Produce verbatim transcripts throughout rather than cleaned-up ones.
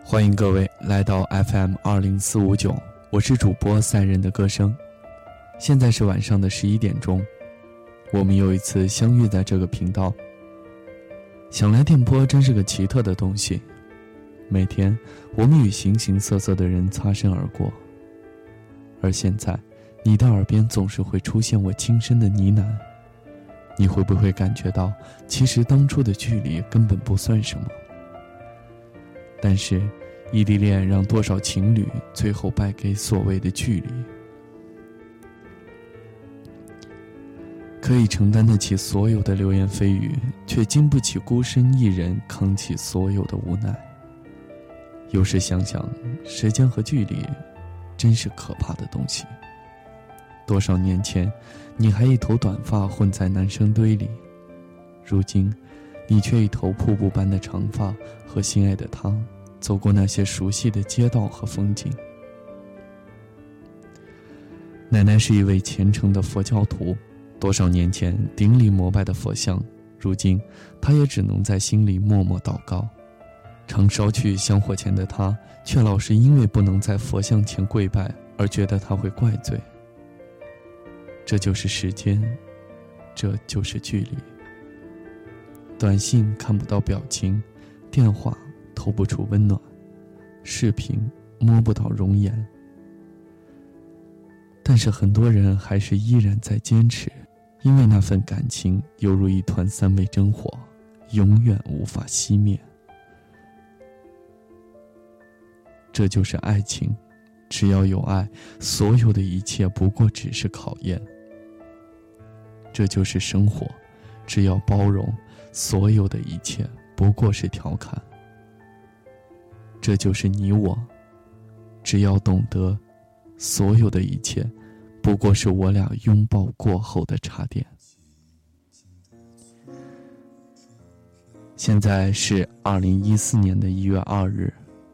欢迎各位来到 F M 二零四五九，我是主播赛人的歌声。现在是晚上的十一点钟，我们又一次相遇在这个频道。想来电波真是个奇特的东西，每天我们与形形色色的人擦身而过，而现在你的耳边总是会出现我轻声的呢喃。你会不会感觉到，其实当初的距离根本不算什么？但是异地恋让多少情侣最后败给所谓的距离。可以承担得起所有的流言蜚语，却经不起孤身一人扛起所有的无奈。有时想想，时间和距离真是可怕的东西。多少年前你还一头短发混在男生堆里，如今你却一头瀑布般的长发，和心爱的他走过那些熟悉的街道和风景。奶奶是一位虔诚的佛教徒，多少年前顶礼膜拜的佛像，如今她也只能在心里默默祷告。常烧去香火钱的她，却老是因为不能在佛像前跪拜而觉得他会怪罪。这就是时间，这就是距离。短信看不到表情，电话透不出温暖，视频摸不到容颜。但是很多人还是依然在坚持，因为那份感情犹如一团三味真火，永远无法熄灭。这就是爱情，只要有爱，所有的一切不过只是考验。这就是生活，只要包容，所有的一切不过是调侃。这就是你我，只要懂得，所有的一切不过是我俩拥抱过后的茶点。现在是二零一四年的一月二日，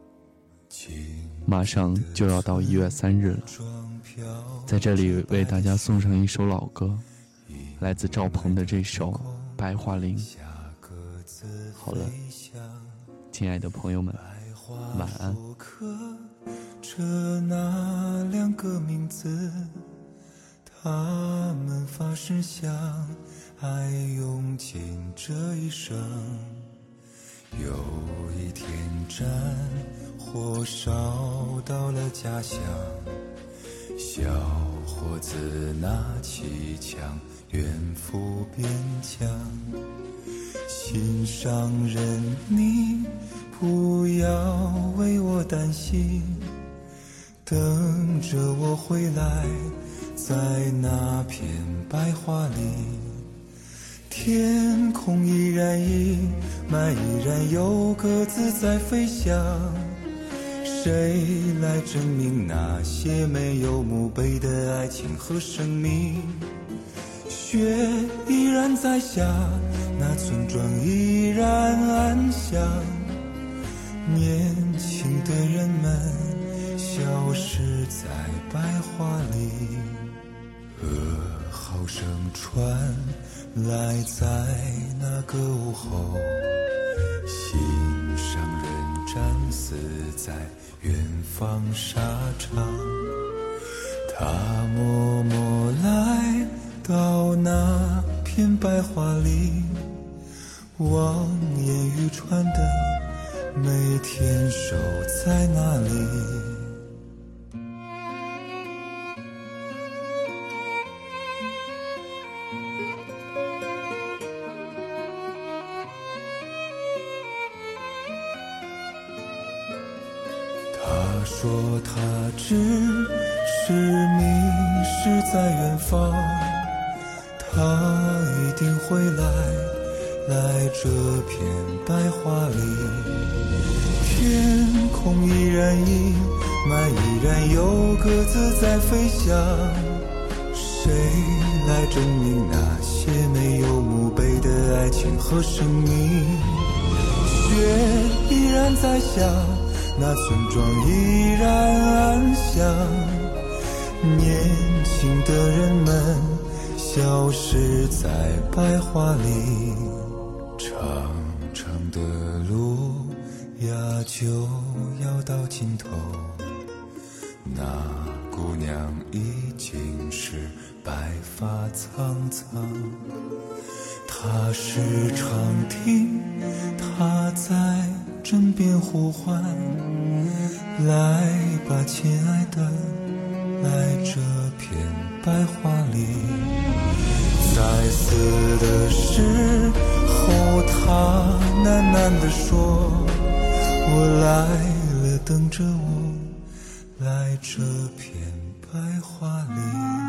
马上就要到一月三日了。在这里为大家送上一首老歌，来自赵鹏的这首《白桦林》。好了，亲爱的朋友们，晚安。 这那两个名字，他们发誓相爱用尽这一生。有一天战火烧到了家乡，小伙子拿起枪远赴边疆。心上人，你不要为我担心，等着我回来，在那片白桦林。天空依然阴霾，依然有鸽子在飞翔。谁来证明那些没有墓碑的爱情和生命？雪依然在下，那村庄依然安详。年轻的人们消失在白桦林，噩耗声传来在那个午后，心上人战死在远方沙场。他默默来到那片白桦林，望眼欲穿的每天守在那里。他说他只是迷失在远方，他一定会来来这片白桦林。天空依然阴霾，依然有鸽子在飞翔。谁来证明那些没有墓碑的爱情和生命？雪依然在下，那村庄依然安详。年轻的人们消失在白桦林，长长的路呀它就要到尽头，那姑娘已经是白发苍苍。他时常听她在枕边呼唤，来吧亲爱的，来这片白花里。在死的时候他喃喃地说，我来了，等着我，来这片白花里。